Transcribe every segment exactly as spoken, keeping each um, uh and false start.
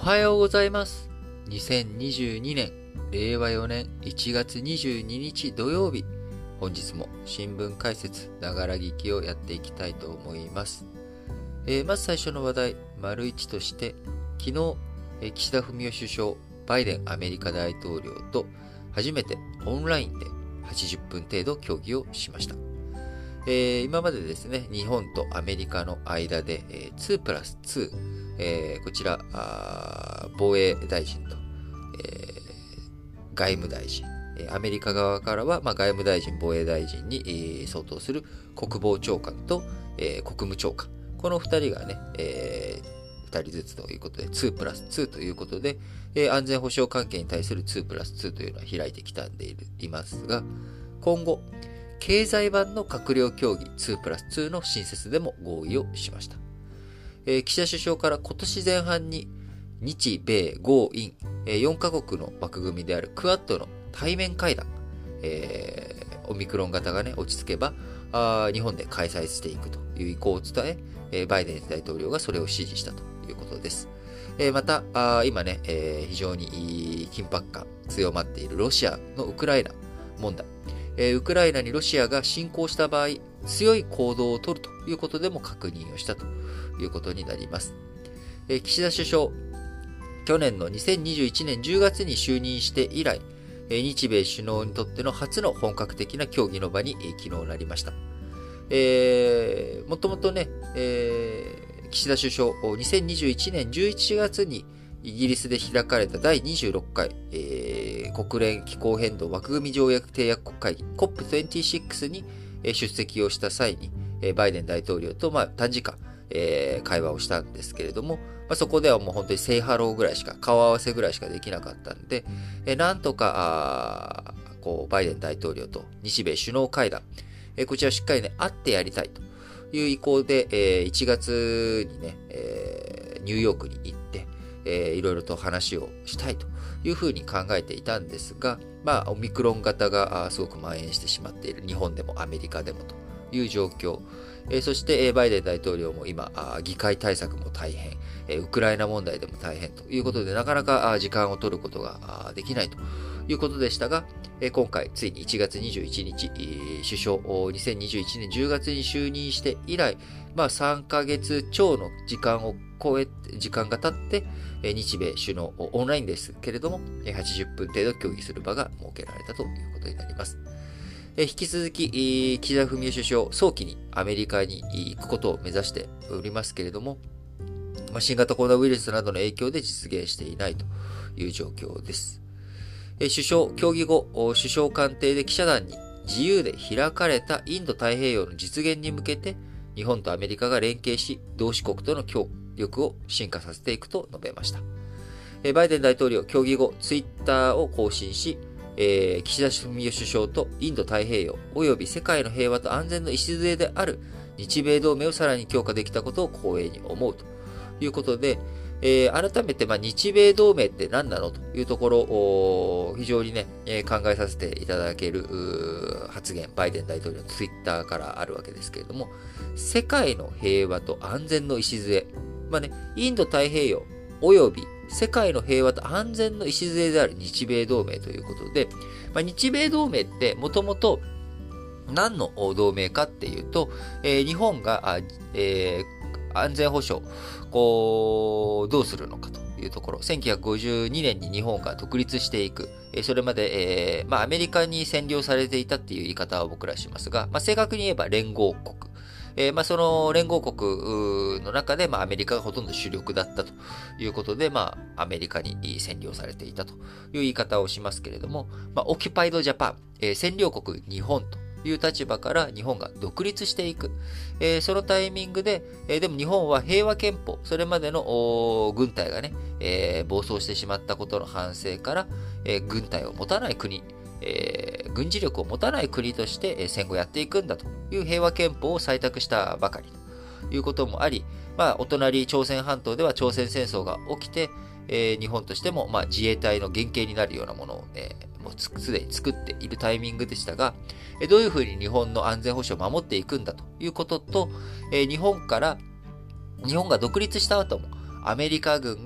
はようございます。にせんにじゅうにねん、れいわよねんいちがつにじゅうににち土曜日、本日も新聞解説、ながら聞きをやっていきたいと思います。えー、まず最初の話題、丸一として、昨日、えー、岸田文雄首相、バイデンアメリカ大統領と初めてオンラインではちじゅっぷん程度協議をしました。えー、今までですね、日本とアメリカの間で、えー、にプラスに、えー、こちら防衛大臣と、えー、外務大臣、アメリカ側からは、まあ、外務大臣、防衛大臣に、えー、相当する国防長官と、えー、国務長官、このふたりがね、えー、ふたりずつということでにプラスにということで、えー、安全保障関係に対するにプラスにというのは開いてきたんでいるいますが、今後経済版の閣僚協議にプラスにの新設でも合意をしました。えー、岸田首相から今年前半に日米豪印、えー、よんカ国の枠組みであるクアッドの対面会談、えー、オミクロン型がね落ち着けばあ日本で開催していくという意向を伝え、えー、バイデン大統領がそれを支持したということです。えー、またあ今ね、えー、非常に緊迫感強まっているロシアのウクライナ問題、えー、ウクライナにロシアが侵攻した場合、強い行動を取るということでも確認をしたということになります。えー、岸田首相、去年のにせんにじゅういちねんじゅうがつに就任して以来、えー、日米首脳にとっての初の本格的な協議の場に、えー、昨日なりました。えー、もともとね、えー、岸田首相、にせんにじゅういちねんじゅういちがつにイギリスで開かれただいにじゅうろっかい、えー、国連気候変動枠組み条約締約国会議 コップにじゅうろく に出席をした際に、バイデン大統領とまあ短時間、えー、会話をしたんですけれども、まあ、そこではもう本当にセイハローぐらいしか、顔合わせぐらいしかできなかったんで、えー、なんとかあこうバイデン大統領と日米首脳会談、えー、こちらしっかりね会ってやりたいという意向で、えー、いちがつにね、えー、ニューヨークに行って、えー、いろいろと話をしたいというふうに考えていたんですが、まあ、オミクロン型がすごく蔓延してしまっている日本でもアメリカでもという状況、えー、そして、えー、バイデン大統領も今議会対策も大変、えー、ウクライナ問題でも大変ということでなかなか時間を取ることができないということでしたが、えー、今回ついにいちがつにじゅういちにち、えー、首相にせんにじゅういちねんじゅうがつに就任して以来、まあ、さんかげつ超の時間を超え時間が経って日米首脳オンラインですけれどもはちじゅっぷん程度協議する場が設けられたということになります。引き続き岸田文雄首相早期にアメリカに行くことを目指しておりますけれども、新型コロナウイルスなどの影響で実現していないという状況です。首相協議後、首相官邸で記者団に自由で開かれたインド太平洋の実現に向けて日本とアメリカが連携し同志国との協力を進化させていくと述べました。バイデン大統領、協議後、ツイッターを更新し、えー、岸田文雄首相とインド太平洋及び世界の平和と安全の礎である日米同盟をさらに強化できたことを光栄に思うということで、えー、改めて、まあ、日米同盟って何なのというところを非常にね、えー、考えさせていただける発言、バイデン大統領のツイッターからあるわけですけれども、世界の平和と安全の礎、まあね、インド太平洋及び世界の平和と安全の礎である日米同盟ということで、まあ、日米同盟ってもともと何の同盟かっていうと、えー、日本が、えー、安全保障こうどうするのかというところ、せんきゅうひゃくごじゅうにねんに日本が独立していく、えー、それまで、えーまあ、アメリカに占領されていたっていう言い方は僕らしますが、まあ、正確に言えば連合国、えーまあ、その連合国の中で、まあ、アメリカがほとんど主力だったということで、まあ、アメリカに占領されていたという言い方をしますけれども、まあ、オキュパイドジャパン、えー、占領国日本という立場から日本が独立していく、えー、そのタイミングで、えー、でも日本は平和憲法、それまでの軍隊がね、えー、暴走してしまったことの反省から、えー、軍隊を持たない国、えー、軍事力を持たない国として戦後やっていくんだという平和憲法を採択したばかりということもあり、まあ、お隣朝鮮半島では朝鮮戦争が起きて、えー、日本としても、まあ、自衛隊の原型になるようなものを、ね、もうすでに作っているタイミングでしたが、えー、どういうふうに日本の安全保障を守っていくんだということと、えー、日本から日本が独立した後もアメリカ軍が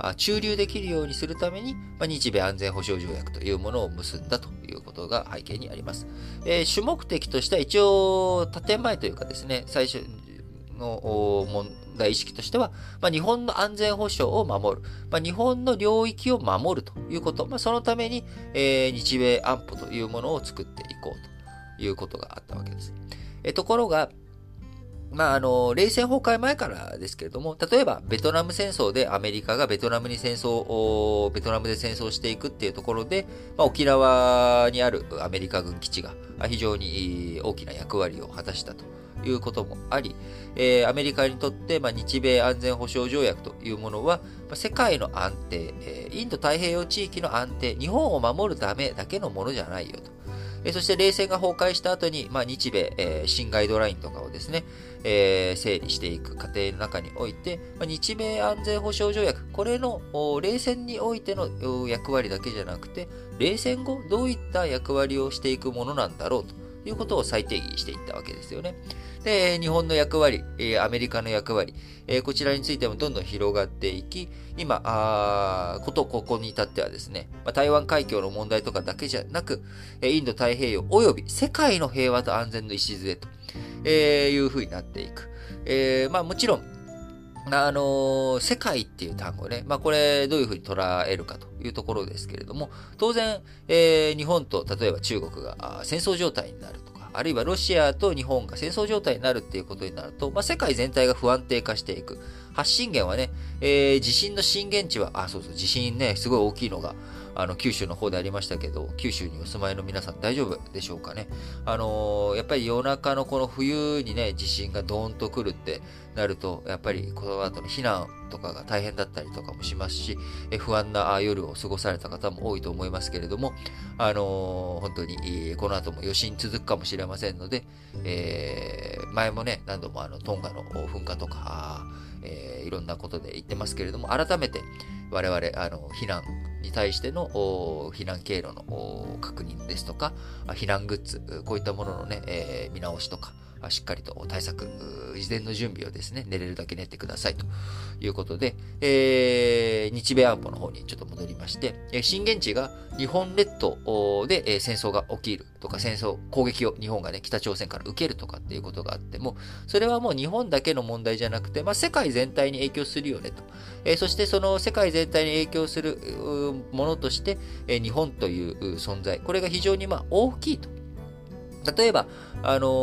駐留できるようにするために、まあ、日米安全保障条約というものを結んだということが背景にあります。えー、主目的としては一応、建前というかですね、最初の問題意識としては、まあ、日本の安全保障を守る、まあ、日本の領域を守るということ、まあ、そのために、えー、日米安保というものを作っていこうということがあったわけです。えー、ところが、まあ、あの、冷戦崩壊前からですけれども、例えば、ベトナム戦争でアメリカがベトナムに戦争を、ベトナムで戦争していくっていうところで、まあ、沖縄にあるアメリカ軍基地が非常に大きな役割を果たしたということもあり、えー、アメリカにとって、まあ、日米安全保障条約というものは、まあ、世界の安定、えー、インド太平洋地域の安定、日本を守るためだけのものじゃないよと。そして冷戦が崩壊した後に、まあ、日米、えー、新ガイドラインとかをですね、えー、整理していく過程の中において、まあ、日米安全保障条約、これの冷戦においての役割だけじゃなくて、冷戦後どういった役割をしていくものなんだろうということを再定義していったわけですよね。で、日本の役割、アメリカの役割、こちらについてもどんどん広がっていき、今、あことここに至ってはですね、台湾海峡の問題とかだけじゃなく、インド太平洋及び世界の平和と安全の礎というふうになっていく。えー、まあもちろん、あのー、世界っていう単語ね、まあこれどういうふうに捉えるかというところですけれども、当然、えー、日本と例えば中国が戦争状態になるとか、あるいはロシアと日本が戦争状態になるっていうことになると、まあ世界全体が不安定化していく。発信源はね、えー、地震の震源地は、あ、そうそう、地震ね、すごい大きいのが、あの、九州の方でありましたけど、九州にお住まいの皆さん大丈夫でしょうかね。あのー、やっぱり夜中のこの冬にね、地震がドーンと来るってなると、やっぱりこの後の避難とかが大変だったりとかもしますし、え不安な夜を過ごされた方も多いと思いますけれども、あのー、本当に、この後も余震続くかもしれませんので、えー、前もね、何度もあの、トンガの噴火とか、えー、いろんなことで言ってますけれども、改めて我々、あの、避難に対しての避難経路の確認ですとか、避難グッズ、こういったもののね、えー、見直しとか、しっかりと対策、事前の準備をですね、練れるだけ練ってくださいということで、えー、日米安保の方にちょっと戻りまして、震源地が日本列島で戦争が起きるとか、戦争、攻撃を日本がね、北朝鮮から受けるとかっていうことがあっても、それはもう日本だけの問題じゃなくて、まあ、世界全体に影響するよねと。えー、そしてその世界全体に影響するものとして、えー、日本という存在、これが非常にまあ大きいと。例えば、あのー、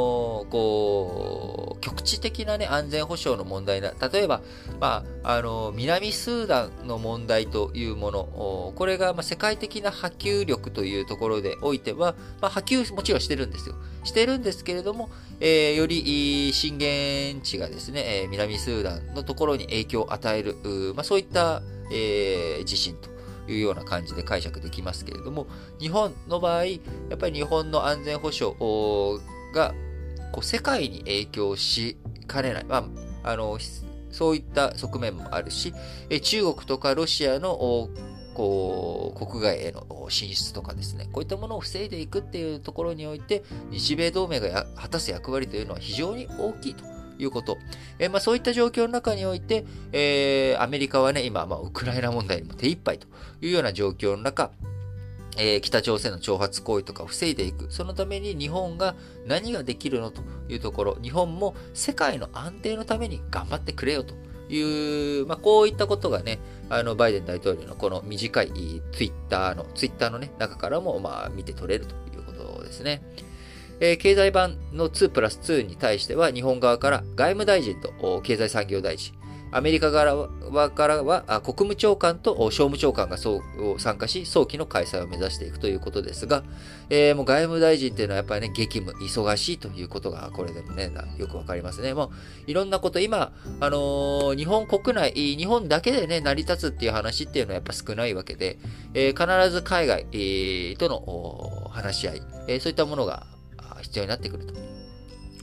こう、局地的なね、安全保障の問題だ。例えば、まあ、あのー、南スーダンの問題というもの、これが、まあ、世界的な波及力というところでおいては、まあ、波及もちろんしてるんですよ。してるんですけれども、えー、より震源地がですね、えー、南スーダンのところに影響を与える、まあ、そういった、えー、地震と。いうような感じで解釈できますけれども、日本の場合、やっぱり日本の安全保障がこう世界に影響しかねない、まあ、あのそういった側面もあるし、中国とかロシアのこう国外への進出とかですね、こういったものを防いでいくっていうところにおいて、日米同盟が果たす役割というのは非常に大きいと。いうこと。えーまあ、そういった状況の中において、えー、アメリカはね、今、まあ、ウクライナ問題にも手一杯というような状況の中、えー、北朝鮮の挑発行為とかを防いでいく。そのために日本が何ができるのというところ、日本も世界の安定のために頑張ってくれよという、まあ、こういったことがね、あの、バイデン大統領のこの短いツイッターの、ツイッターのね、中からも、まあ、見て取れるということですね。えー、経済版のにプラスにに対しては日本側から外務大臣と経済産業大臣、アメリカ側からは国務長官と商務長官が参加し、早期の開催を目指していくということですが、えー、もう外務大臣っていうのはやっぱりね、激務、忙しいということがこれでもね、よくわかりますね。もういろんなこと、今、あのー、日本国内、日本だけでね、成り立つっていう話っていうのはやっぱ少ないわけで、えー、必ず海外、えー、との話し合い、えー、そういったものが必要になってくると。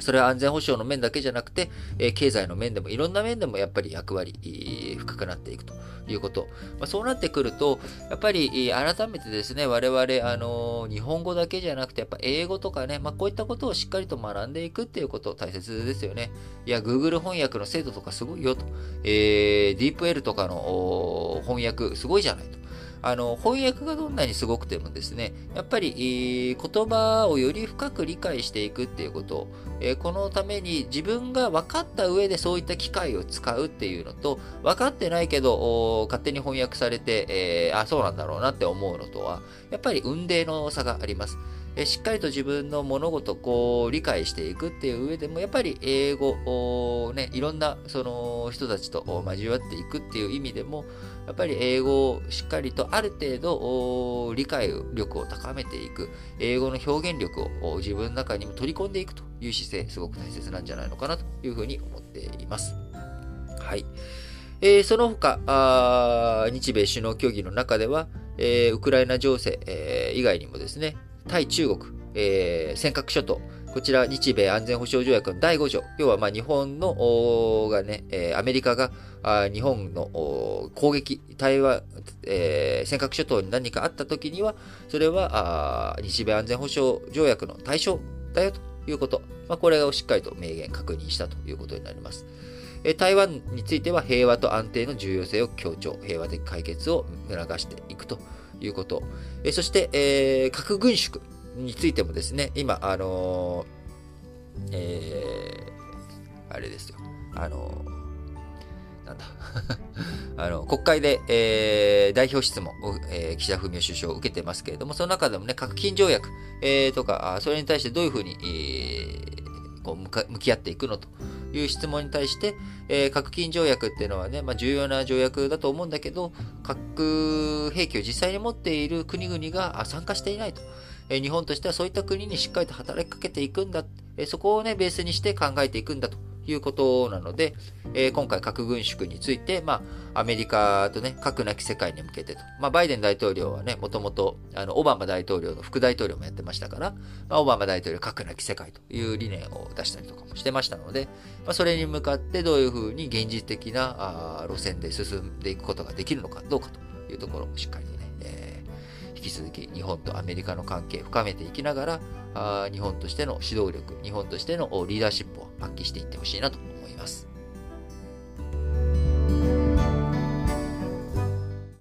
それは安全保障の面だけじゃなくて、えー、経済の面でもいろんな面でもやっぱり役割、深くなっていくということ。まあ、そうなってくると、やっぱり改めてですね、我々、あのー、日本語だけじゃなくて、やっぱ英語とかね、まあ、こういったことをしっかりと学んでいくっていうこと大切ですよね。いや、Google 翻訳の精度とかすごいよと。えー、ディープエル とかの翻訳すごいじゃないと。あの、翻訳がどんなにすごくてもですね、やっぱり、えー、言葉をより深く理解していくっていうこと、えー、このために自分が分かった上でそういった機械を使うっていうのと、分かってないけど、勝手に翻訳されて、えー、あ、そうなんだろうなって思うのとは、やっぱり雲泥の差があります。えー、しっかりと自分の物事をこう理解していくっていう上でも、やっぱり英語、ね、いろんなその人たちと交わっていくっていう意味でも、やっぱり英語をしっかりとある程度理解力を高めていく、英語の表現力を自分の中にも取り込んでいくという姿勢、すごく大切なんじゃないのかなというふうに思っています。はい。えー、その他あ、日米首脳協議の中では、えー、ウクライナ情勢、えー、以外にもですね、対中国、えー、尖閣諸島、こちら日米安全保障条約のだいご条、要はまあ日本のがね、えー、アメリカがあ日本の攻撃、台湾、えー、尖閣諸島に何かあったときには、それはあ日米安全保障条約の対象だよということ、まあ、これをしっかりと明言確認したということになります。えー、台湾については平和と安定の重要性を強調、平和的解決を促していくということ。えー、そして、えー、核軍縮についてもですね、今、あのー、えー、あれですよ、あのー、なんだ、あの、国会で、えー、代表質問を、えー、岸田文雄首相を受けてますけれども、その中でもね、核禁条約、えー、とか、それに対してどういうふうに、えー、こう向か向き合っていくのという質問に対して、えー、核禁条約っていうのはね、まあ、重要な条約だと思うんだけど、核兵器を実際に持っている国々が参加していないと。えー、日本としてはそういった国にしっかりと働きかけていくんだ。えー、そこをね、ベースにして考えていくんだということなので、えー、今回核軍縮について、まあ、アメリカとね、核なき世界に向けてと。まあ、バイデン大統領はね、もともと、あの、オバマ大統領の副大統領もやってましたから、まあ、オバマ大統領核なき世界という理念を出したりとかもしてましたので、まあ、それに向かってどういうふうに現実的なあ路線で進んでいくことができるのかどうかというところもしっかりとね、えー、引き続き日本とアメリカの関係を深めていきながら、あ日本としての指導力、日本としてのリーダーシップを発揮していってほしいなと思います。